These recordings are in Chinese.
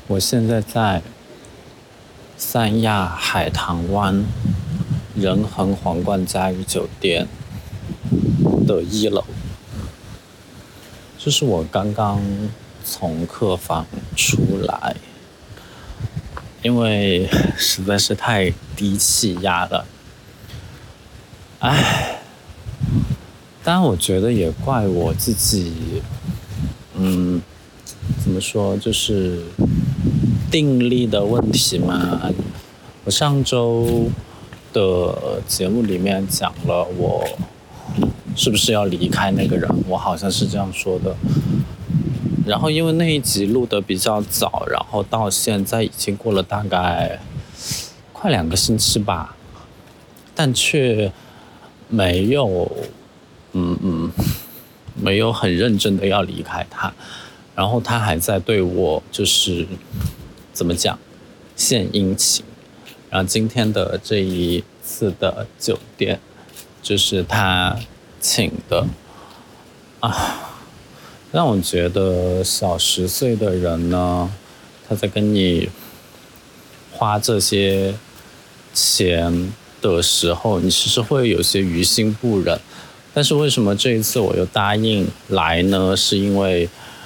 我现在在三亚海棠湾仁恒皇冠假日酒店的1楼，这是我刚刚从客房出来，因为实在是太低气压了。当然我觉得也怪我自己，怎么说，就是定力的问题嘛。我上周的节目里面讲了我是不是要离开那个人，我好像是这样说的。然后因为那一集录得比较早，然后到现在已经过了大概快2个星期吧，但却没有很认真的要离开他，然后他还在对我就是怎么讲献殷勤。然后今天的这一次的酒店就是他请的让我觉得小10岁的人呢，他在跟你花这些钱的时候，你其实会有些于心不忍。但是为什么这一次我又答应来呢？是因为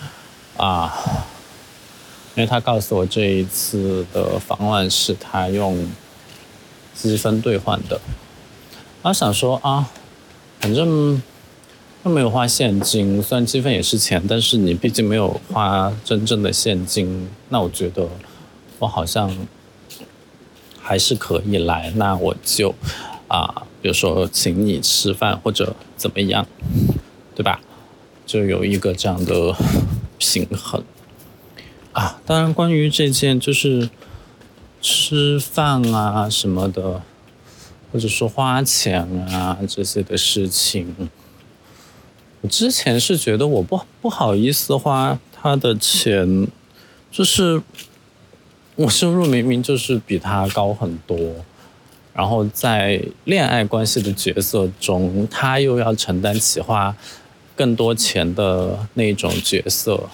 他告诉我这一次的方案是他用积分兑换的。想说反正又没有花现金，虽然积分也是钱，但是你毕竟没有花真正的现金，那我觉得我好像还是可以来，那我就比如说请你吃饭或者怎么样，对吧？就有一个这样的平衡当然关于这件就是吃饭什么的，或者说花钱这些的事情，我之前是觉得我不好意思花他的钱，就是我收入明明就是比他高很多，然后在恋爱关系的角色中，他又要承担起花更多钱的那种角色，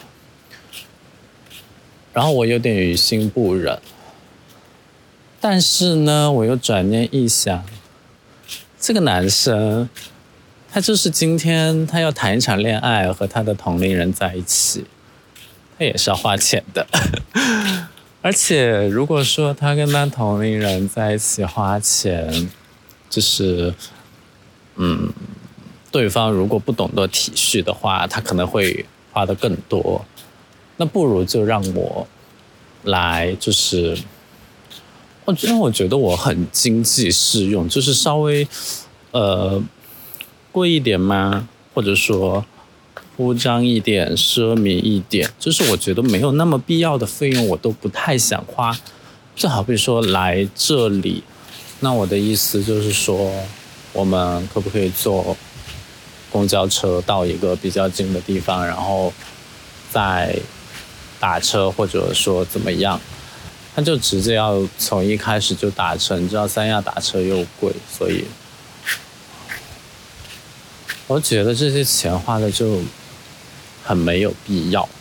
然后我有点于心不忍。但是呢，我又转念一想，这个男生他就是今天他要谈一场恋爱，和他的同龄人在一起，他也是要花钱的而且如果说他跟他同龄人在一起花钱，就是对方如果不懂得体恤的话，他可能会花得更多。那不如就让我来，就是因为我觉得我很经济适用，就是稍微贵一点嘛，或者说铺张一点、奢靡一点，就是我觉得没有那么必要的费用我都不太想花。就好比说来这里，那我的意思就是说，我们可不可以坐公交车到一个比较近的地方，然后再打车，或者说怎么样？他就直接要从一开始就打车，你知道三亚打车又贵，所以我觉得这些钱花的就很没有必要。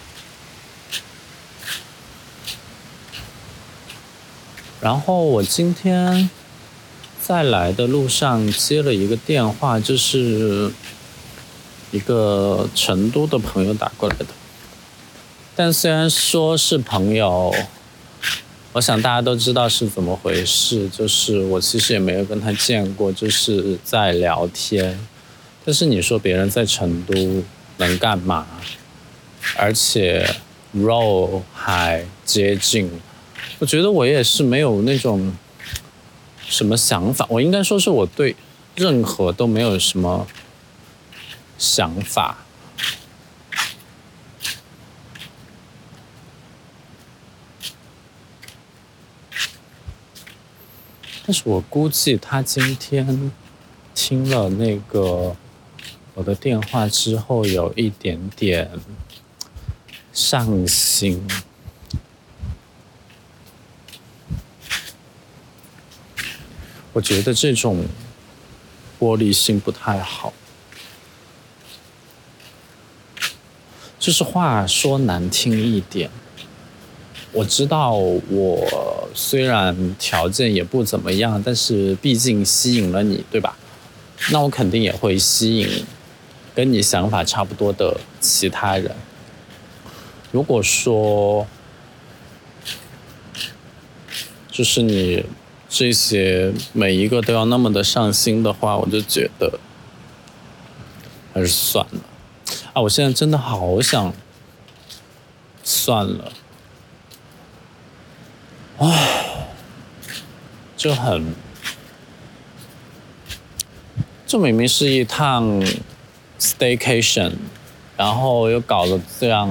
然后我今天在来的路上接了一个电话，就是一个成都的朋友打过来的。但虽然说是朋友，我想大家都知道是怎么回事，就是我其实也没有跟他见过，就是在聊天。但是你说别人在成都能干嘛？而且肉还接近，我觉得我也是没有那种什么想法，我应该说是我对任何都没有什么想法。但是我估计他今天听了那个我的电话之后，有一点点上心。我觉得这种玻璃心不太好。就是话说难听一点， 我知道我虽然条件也不怎么样，但是毕竟吸引了你，对吧？那我肯定也会吸引跟你想法差不多的其他人。如果说就是你这些每一个都要那么的上心的话，我就觉得还是算了啊！我现在真的好想算了，唉，就明明是一趟 staycation， 然后又搞得这样，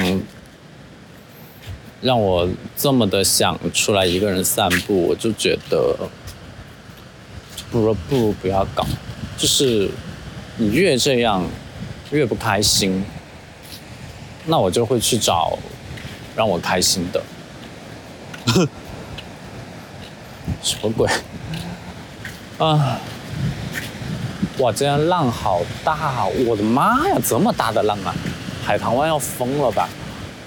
让我这么的想出来一个人散步，我就觉得不如不要搞，就是你越这样越不开心，那我就会去找让我开心的。什么鬼啊！哇，今天浪好大，我的妈呀，这么大的浪啊！海棠湾要疯了吧！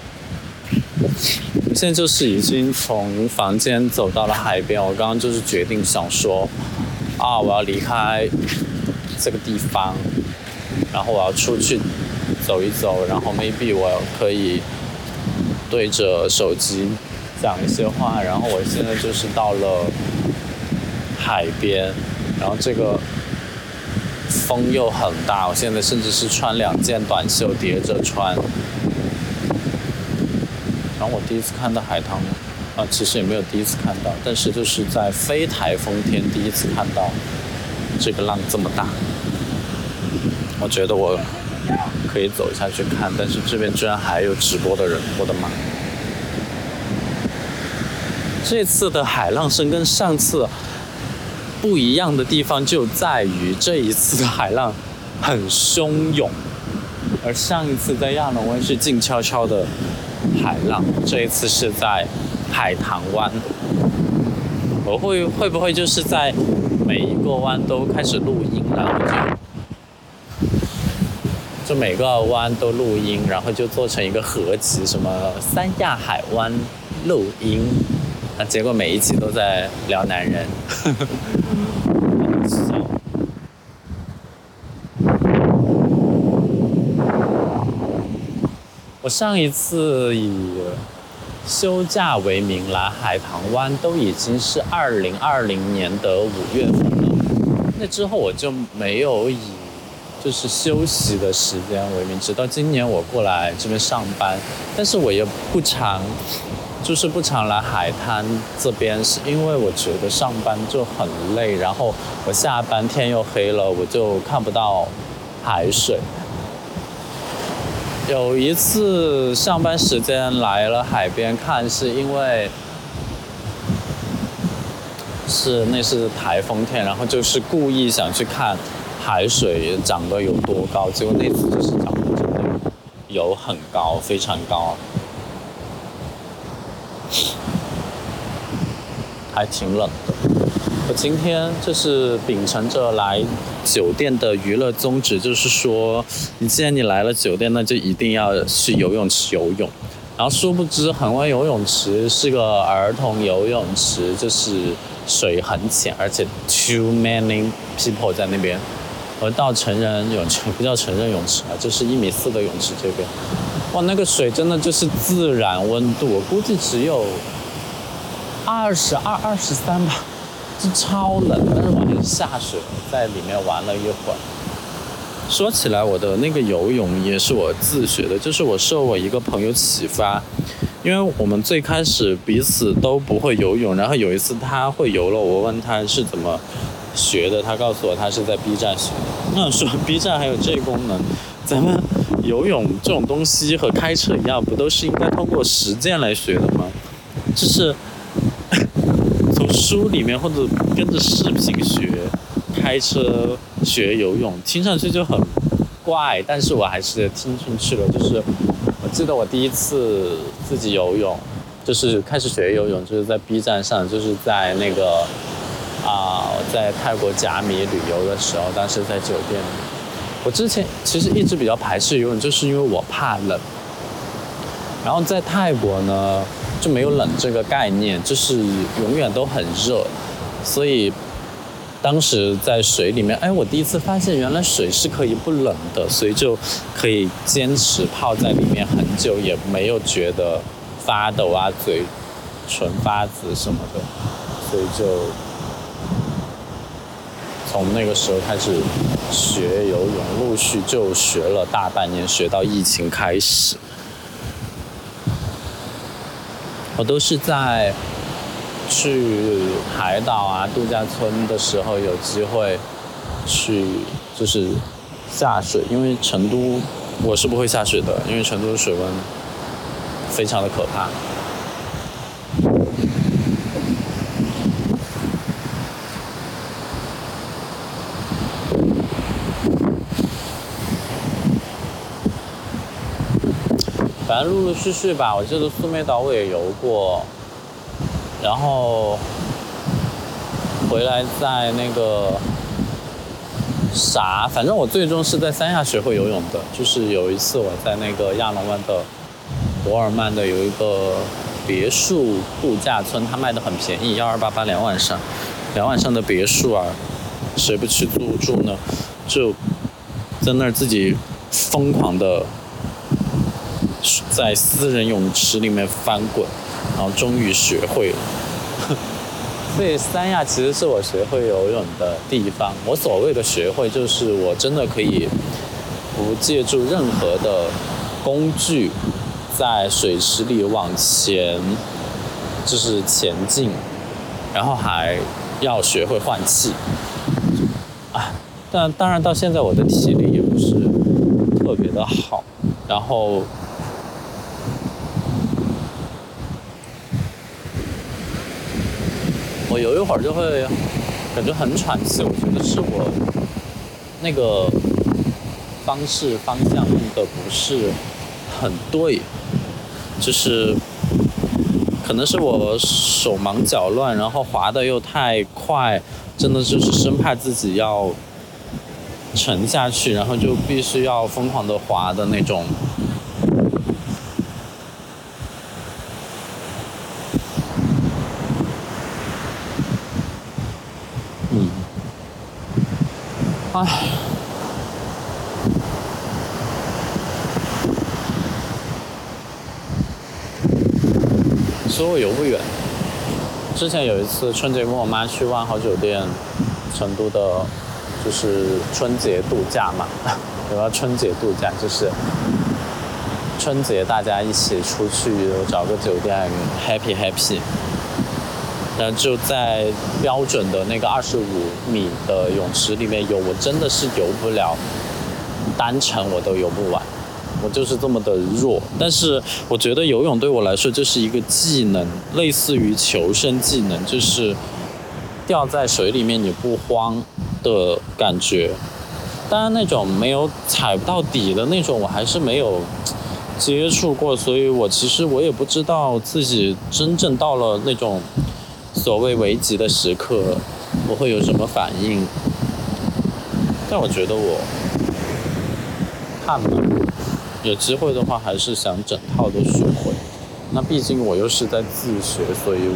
我现在就是已经从房间走到了海边，我刚刚就是决定想说，啊，我要离开这个地方，然后我要出去走一走，然后 maybe 我可以对着手机讲一些话，然后我现在就是到了海边，然后这个风又很大，我现在甚至是穿2件短袖叠着穿。然后我第一次看到海棠，其实也没有第一次看到，但是就是在非台风天第一次看到这个浪这么大。我觉得我可以走下去看，但是这边居然还有直播的人，我的妈！这次的海浪声跟上次不一样的地方就在于这一次的海浪很汹涌，而上一次在亚龙湾是静悄悄的海浪，这一次是在海棠湾。我会不会就是在每一个湾都开始录音，然后就每个湾都录音，然后就做成一个合集，什么三亚海湾录音，那结果每一集都在聊男人。我上一次以休假为名来海棠湾都已经是2020年的5月份了，那之后我就没有以就是休息的时间为名，直到今年我过来这边上班，但是我也不常来海滩这边，是因为我觉得上班就很累，然后我下班天又黑了，我就看不到海水。有一次上班时间来了海边看，是因为那是台风天，然后就是故意想去看海水涨得有多高，结果那次就是涨得真的有很高，非常高，还挺冷的。我今天就是秉承着来酒店的娱乐宗旨，就是说，既然你来了酒店，那就一定要去游泳池游泳。然后殊不知，恒湾游泳池是个儿童游泳池，就是水很浅，而且 too many people 在那边。而到成人泳池不叫成人泳池啊，就是1.4米的泳池这边，哇，那个水真的就是自然温度，我估计只有22、23吧。是超冷，但是我还是下水在里面玩了一会儿。说起来，我的那个游泳也是我自学的，就是我受我一个朋友启发，因为我们最开始彼此都不会游泳，然后有一次他会游了，我问他是怎么学的，他告诉我他是在 B 站学的。那说 B 站还有这功能，咱们游泳这种东西和开车一样，不都是应该通过实践来学的吗？就是从书里面或者跟着视频学开车学游泳，听上去就很怪，但是我还是听进去了。就是我记得我第一次自己游泳，就是开始学游泳，就是在 B 站上，就是在那个我在泰国甲米旅游的时候，当时在酒店。我之前其实一直比较排斥游泳，就是因为我怕冷。然后在泰国呢， 就没有冷这个概念，就是永远都很热，所以当时在水里面，我第一次发现原来水是可以不冷的，所以就可以坚持泡在里面很久，也没有觉得发抖啊、嘴唇发紫什么的，所以就从那个时候开始学游泳，陆续就学了大半年，学到疫情开始。我都是在去海岛啊、度假村的时候有机会去，就是下水。因为成都我是不会下水的，因为成都的水温非常的可怕。反正陆陆续续吧，我记得苏梅岛我也游过，然后回来在那个反正我最终是在三亚学会游泳的。就是有一次我在那个亚龙湾的博尔曼的有一个别墅度假村，它卖的很便宜，12882晚上的别墅啊，谁不去住呢？就在那儿自己疯狂的在私人泳池里面翻滚，然后终于学会了。所以三亚其实是我学会游泳的地方。我所谓的学会，就是我真的可以不借助任何的工具，在水池里往前就是前进，然后还要学会换气。但当然到现在我的体力也不是特别的好，然后我游一会儿就会感觉很喘气。我觉得是我那个方向用的不是很对，就是可能是我手忙脚乱，然后滑的又太快，真的就是生怕自己要沉下去，然后就必须要疯狂的滑的那种。你说我游不远。之前有一次春节跟我妈去万豪酒店，成都的就是春节度假嘛，有个春节度假，就是春节大家一起出去找个酒店 happy， 然后就在标准的那个25米的泳池里面游，我真的是游不了，单程我都游不完，我就是这么的弱。但是我觉得游泳对我来说就是一个技能，类似于求生技能，就是掉在水里面你不慌的感觉。当然那种没有踩不到底的那种我还是没有接触过，所以其实我也不知道自己真正到了那种所谓危急的时刻我会有什么反应。但我觉得我看吧，有机会的话还是想整套都学会。那毕竟我又是在自学，所以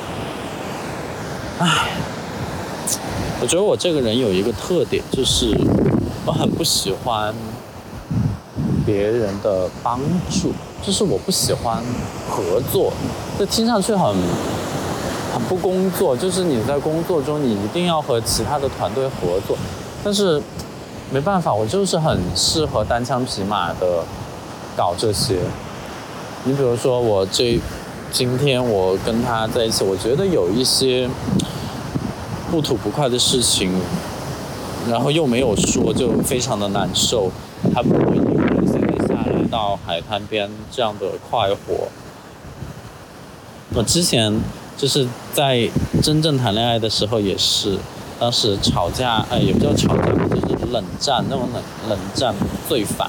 我觉得我这个人有一个特点，就是我很不喜欢别人的帮助，就是我不喜欢合作。这听上去很不工作，就是你在工作中你一定要和其他的团队合作，但是没办法，我就是很适合单枪匹马的搞这些。你比如说今天我跟他在一起，我觉得有一些不吐不快的事情，然后又没有说，就非常的难受。他不如一个人现在下来到海滩边这样的快活。我之前就是在真正谈恋爱的时候也是，当时吵架，也不叫吵架，就是冷战，那种冷战最烦。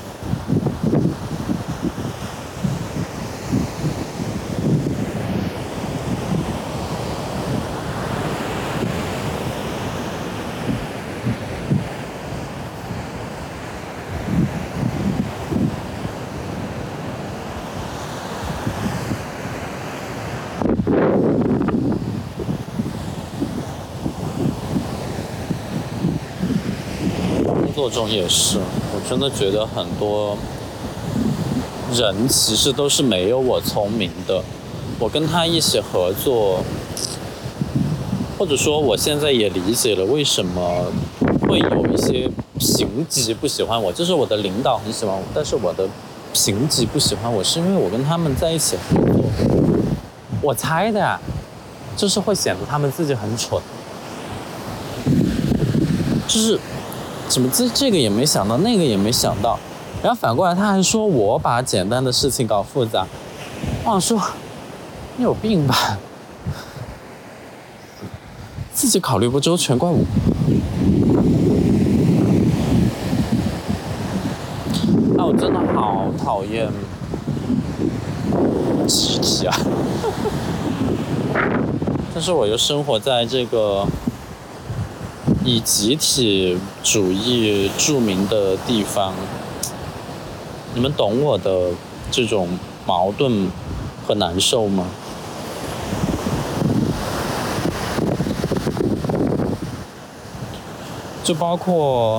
工作中也是，我真的觉得很多人其实都是没有我聪明的。我跟他一起合作，或者说我现在也理解了为什么会有一些评级不喜欢我，就是我的领导很喜欢我，但是我的评级不喜欢我，是因为我跟他们在一起合作。我猜的呀，就是会显得他们自己很蠢，就是怎么这个也没想到，那个也没想到，然后反过来他还说我把简单的事情搞复杂。我想说你有病吧，自己考虑不周全怪我。我真的好讨厌集体啊但是我又生活在这个以集体主义著名的地方，你们懂我的这种矛盾和难受吗？就包括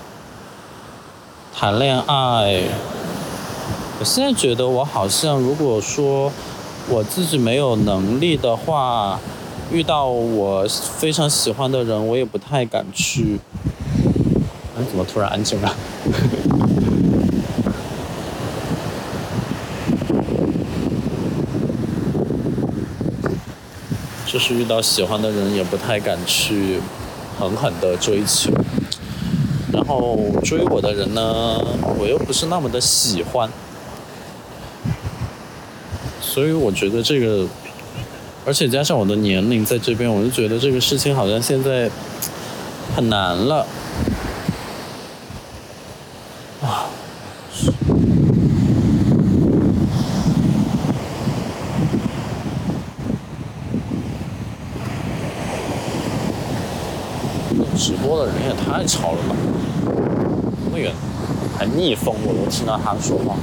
谈恋爱，我现在觉得我好像如果说我自己没有能力的话，遇到我非常喜欢的人，我也不太敢去。怎么突然安静了？就是遇到喜欢的人，也不太敢去狠狠的追求。然后追我的人呢，我又不是那么的喜欢，所以我觉得这个，而且加上我的年龄在这边，我就觉得这个事情好像现在很难了。直播的人也太吵了吧，那么远还逆风，我都听到他说话。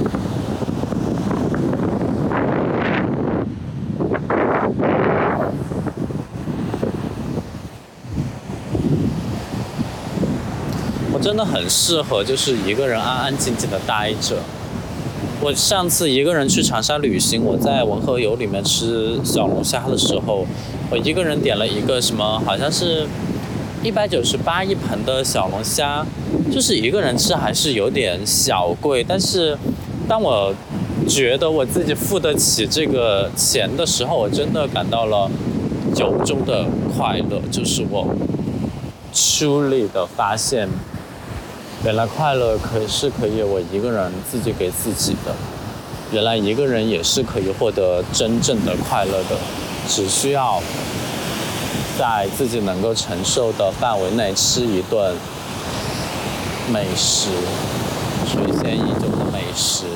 我真的很适合就是一个人安安静静的待着。我上次一个人去长沙旅行，我在文和友里面吃小龙虾的时候，我一个人点了一个什么，好像是198一盆的小龙虾，就是一个人吃还是有点小贵，但是当我觉得我自己付得起这个钱的时候，我真的感到了由衷的快乐，就是我truly的发现，原来快乐是可以我一个人自己给自己的，原来一个人也是可以获得真正的快乐的，只需要在自己能够承受的范围内吃一顿美食，垂涎已久的美食。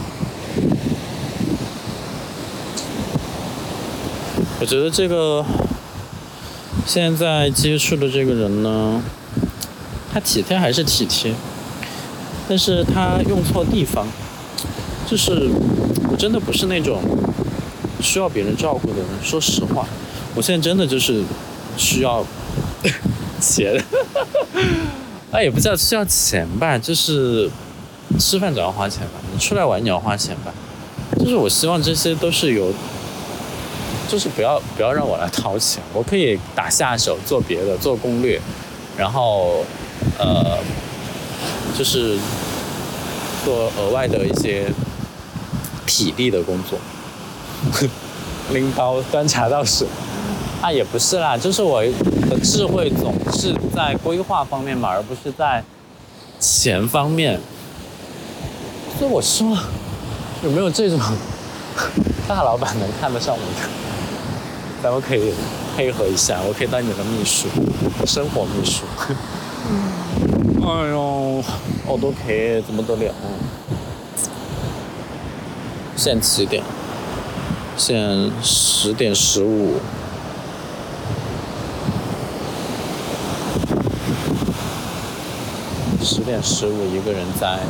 我觉得这个现在接触的这个人呢，他体贴还是体贴，但是他用错地方。就是我真的不是那种需要别人照顾的人，说实话，我现在真的就是需要钱也不叫需要钱吧，就是吃饭总要花钱吧，你出来玩你要花钱吧，就是我希望这些都是有，就是不要让我来掏钱，我可以打下手做别的，做攻略，然后就是做额外的一些体力的工作拎包端茶倒水也不是啦，就是我的智慧总是在规划方面嘛，而不是在钱方面。所以我说有没有这种大老板能看得上我的，咱们可以配合一下，我可以当你的秘书，生活秘书哎呦好多 K 怎么得了，现7点，现10点15，一个人在，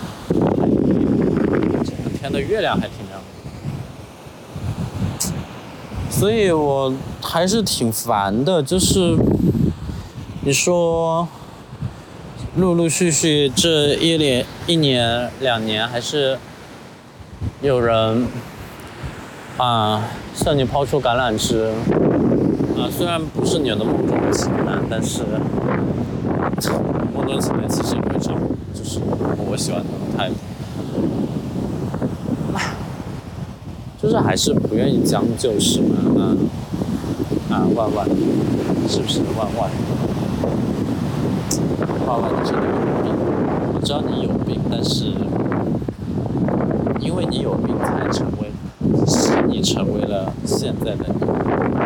这两天的月亮还挺亮的。 所以我还是挺烦的，就是你说陆陆续续这一年2年，还是有人向你抛出橄榄枝虽然不是你的梦中情男，但是梦中情男其实也会找就是我喜欢他的态度，就是还是不愿意将就是嘛。万万是不是万万？万万你真的有病？我知道你有病，但是因为你有病，使你成为了现在的你。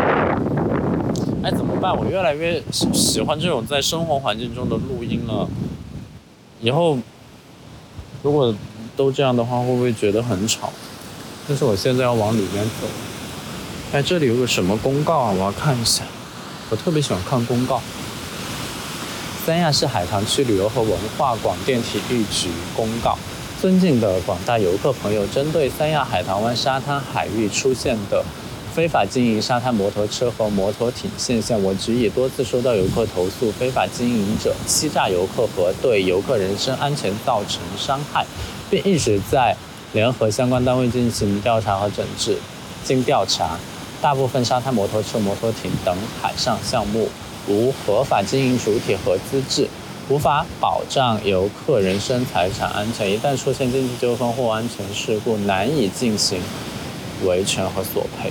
怎么办？我越来越喜欢这种在生活环境中的录音了。以后如果都这样的话，会不会觉得很吵？但是我现在要往里面走。这里有个什么公告啊？我要看一下。我特别喜欢看公告。三亚市海棠区旅游和文化广电体育局公告：尊敬的广大游客朋友，针对三亚海棠湾沙滩海域出现的非法经营沙滩摩托车和摩托艇现象，我局已多次收到游客投诉，非法经营者欺诈游客和对游客人身安全造成伤害，并一直在联合相关单位进行调查和整治。经调查，大部分沙滩摩托车、摩托艇等海上项目无合法经营主体和资质，无法保障游客人身财产安全，一旦出现经济纠纷或安全事故，难以进行维权和索赔。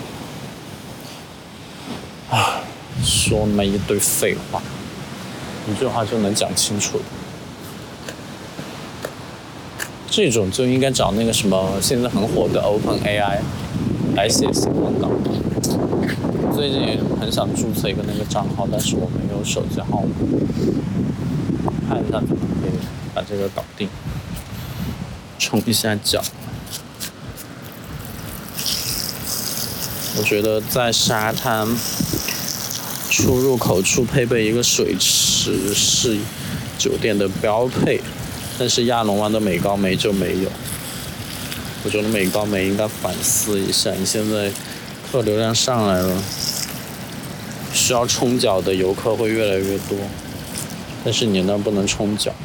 说那么一堆废话，一句话就能讲清楚。这种就应该找那个什么现在很火的 OpenAI 来写新闻稿。最近也很想注册一个那个账号，但是我没有手机号码，看一下怎么可以把这个搞定，冲一下脚。我觉得在沙滩出入口处配备一个水池是酒店的标配，但是亚龙湾的美高梅就没有。我觉得美高梅应该反思一下，你现在客流量上来了，需要冲脚的游客会越来越多，但是你那不能冲脚。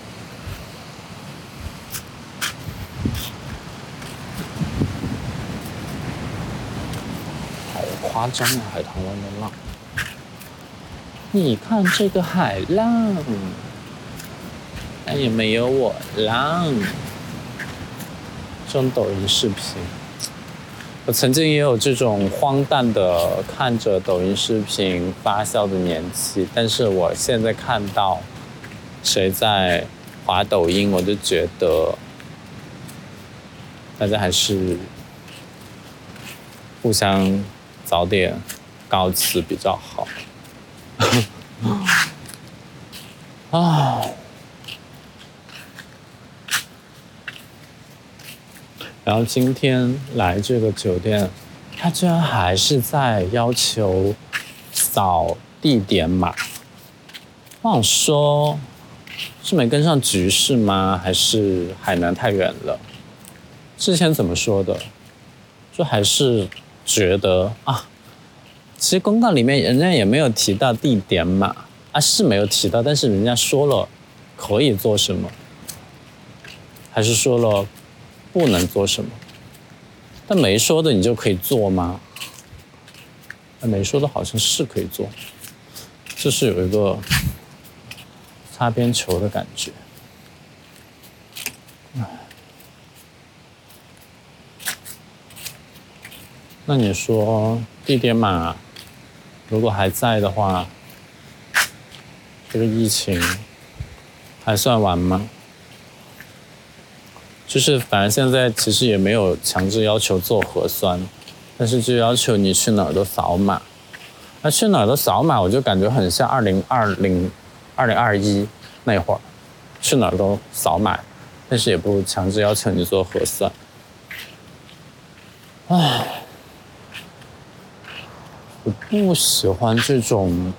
好夸张啊，海棠湾的浪！你看这个海浪，但也没有我浪。这种抖音视频，我曾经也有这种荒诞的看着抖音视频发笑的年纪，但是我现在看到谁在滑抖音，我就觉得大家还是互相早点告辞比较好。然后今天来这个酒店，他居然还是在要求扫地点码。我想说，是没跟上局势吗？还是海南太远了？之前怎么说的？就还是觉得其实公告里面人家也没有提到地点码是没有提到，但是人家说了可以做什么，还是说了不能做什么？但没说的你就可以做吗？没说的好像是可以做，就是有一个擦边球的感觉。那你说地点码如果还在的话，这个疫情还算完吗？就是反正现在其实也没有强制要求做核酸，但是就要求你去哪儿都扫码。那去哪儿都扫码，我就感觉很像2021那会儿，去哪儿都扫码，但是也不强制要求你做核酸。我不喜欢这种，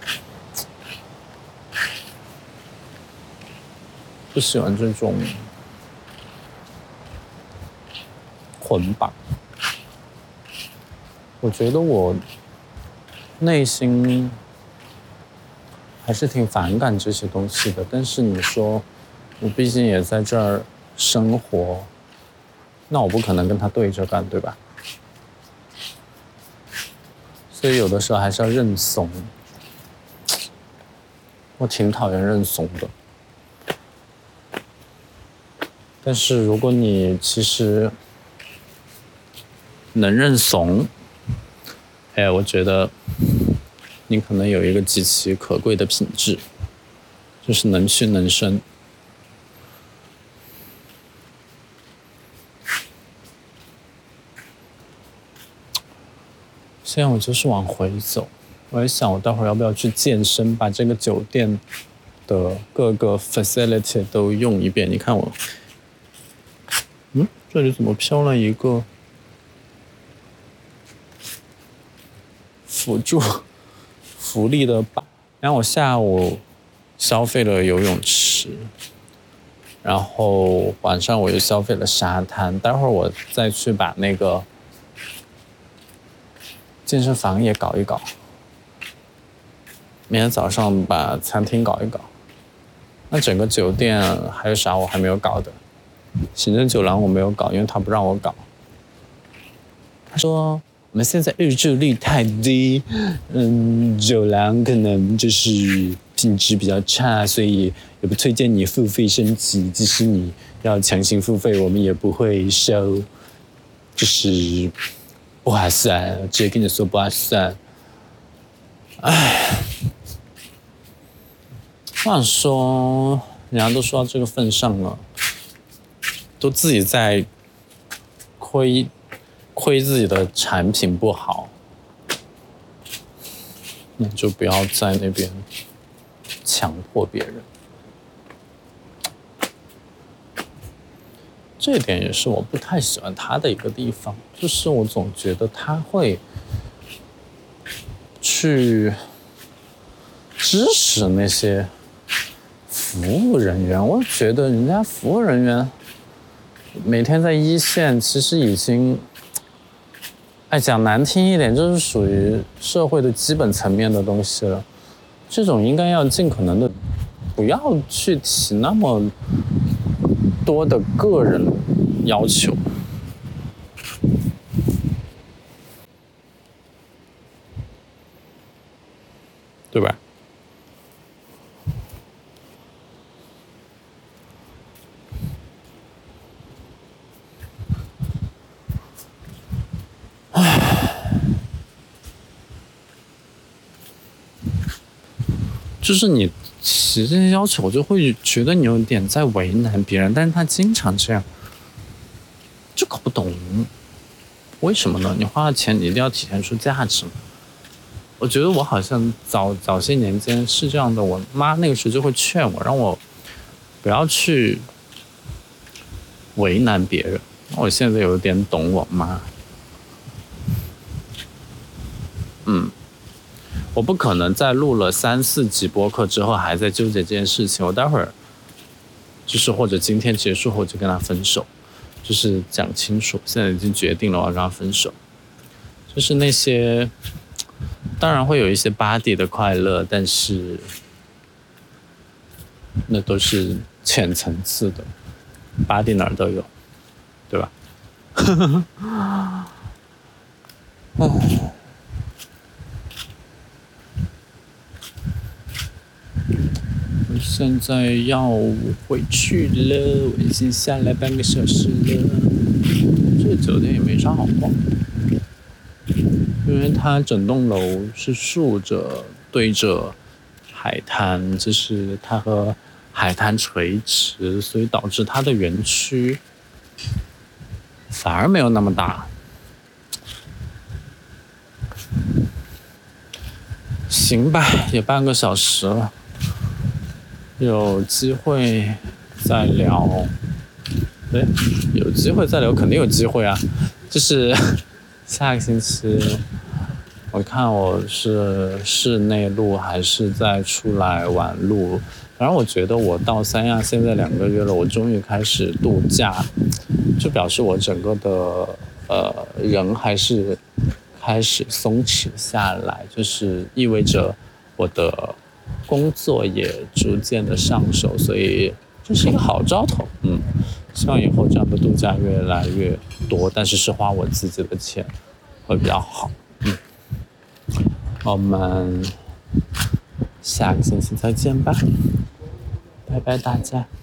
捆绑。我觉得我内心还是挺反感这些东西的。但是你说我毕竟也在这儿生活，那我不可能跟他对着干，对吧？所以有的时候还是要认怂。我挺讨厌认怂的。但是如果你其实能认怂，我觉得你可能有一个极其可贵的品质，就是能屈能伸。现在我就是往回走，我在想我待会儿要不要去健身，把这个酒店的各个 facility 都用一遍。你看我，这里怎么飘了一个辅助福利的吧？然后我下午消费了游泳池，然后晚上我又消费了沙滩，待会儿我再去把那个健身房也搞一搞，明天早上把餐厅搞一搞。那整个酒店还有啥我还没有搞的？行政酒廊我没有搞，因为他不让我搞。他说我们现在日住率太低，酒廊可能就是品质比较差，所以也不推荐你付费升级。即使你要强行付费，我们也不会收，就是不划算。直接跟你说不划算。我想说，人家都说到这个份上了，都自己在亏自己的产品不好，那就不要在那边强迫别人。这一点也是我不太喜欢他的一个地方，就是我总觉得他会去支持那些服务人员。我觉得人家服务人员每天在一线，其实已经，讲难听一点，就是属于社会的基本层面的东西了。这种应该要尽可能的不要去提那么多的个人要求，对吧？就是你提这些要求，我就会觉得你有点在为难别人，但是他经常这样，就搞不懂为什么呢？你花了钱，你一定要体现出价值。我觉得我好像早些年间是这样的，我妈那个时候就会劝我，让我不要去为难别人。我现在有点懂我妈。我不可能在录了3、4集播客之后还在纠结这件事情。我待会儿就是或者今天结束后就跟他分手，就是讲清楚，现在已经决定了我要让他分手。就是那些当然会有一些 body 的快乐，但是那都是浅层次的 body 哪儿都有，对吧？我现在要回去了，我已经下来半个小时了。这酒店也没啥好逛，因为它整栋楼是竖着对着海滩，就是它和海滩垂直，所以导致它的园区反而没有那么大。行吧，也半个小时了，有机会再聊。有机会再聊，肯定有机会啊。就是下个星期，我看我是室内录还是再出来玩录。反正我觉得我到三亚现在2个月了，我终于开始度假，就表示我整个的人还是开始松弛下来，就是意味着我的工作也逐渐的上手，所以这是一个好兆头。希望以后这样的度假越来越多，但是是花我自己的钱会比较好。我们下个星期再见吧，拜拜大家。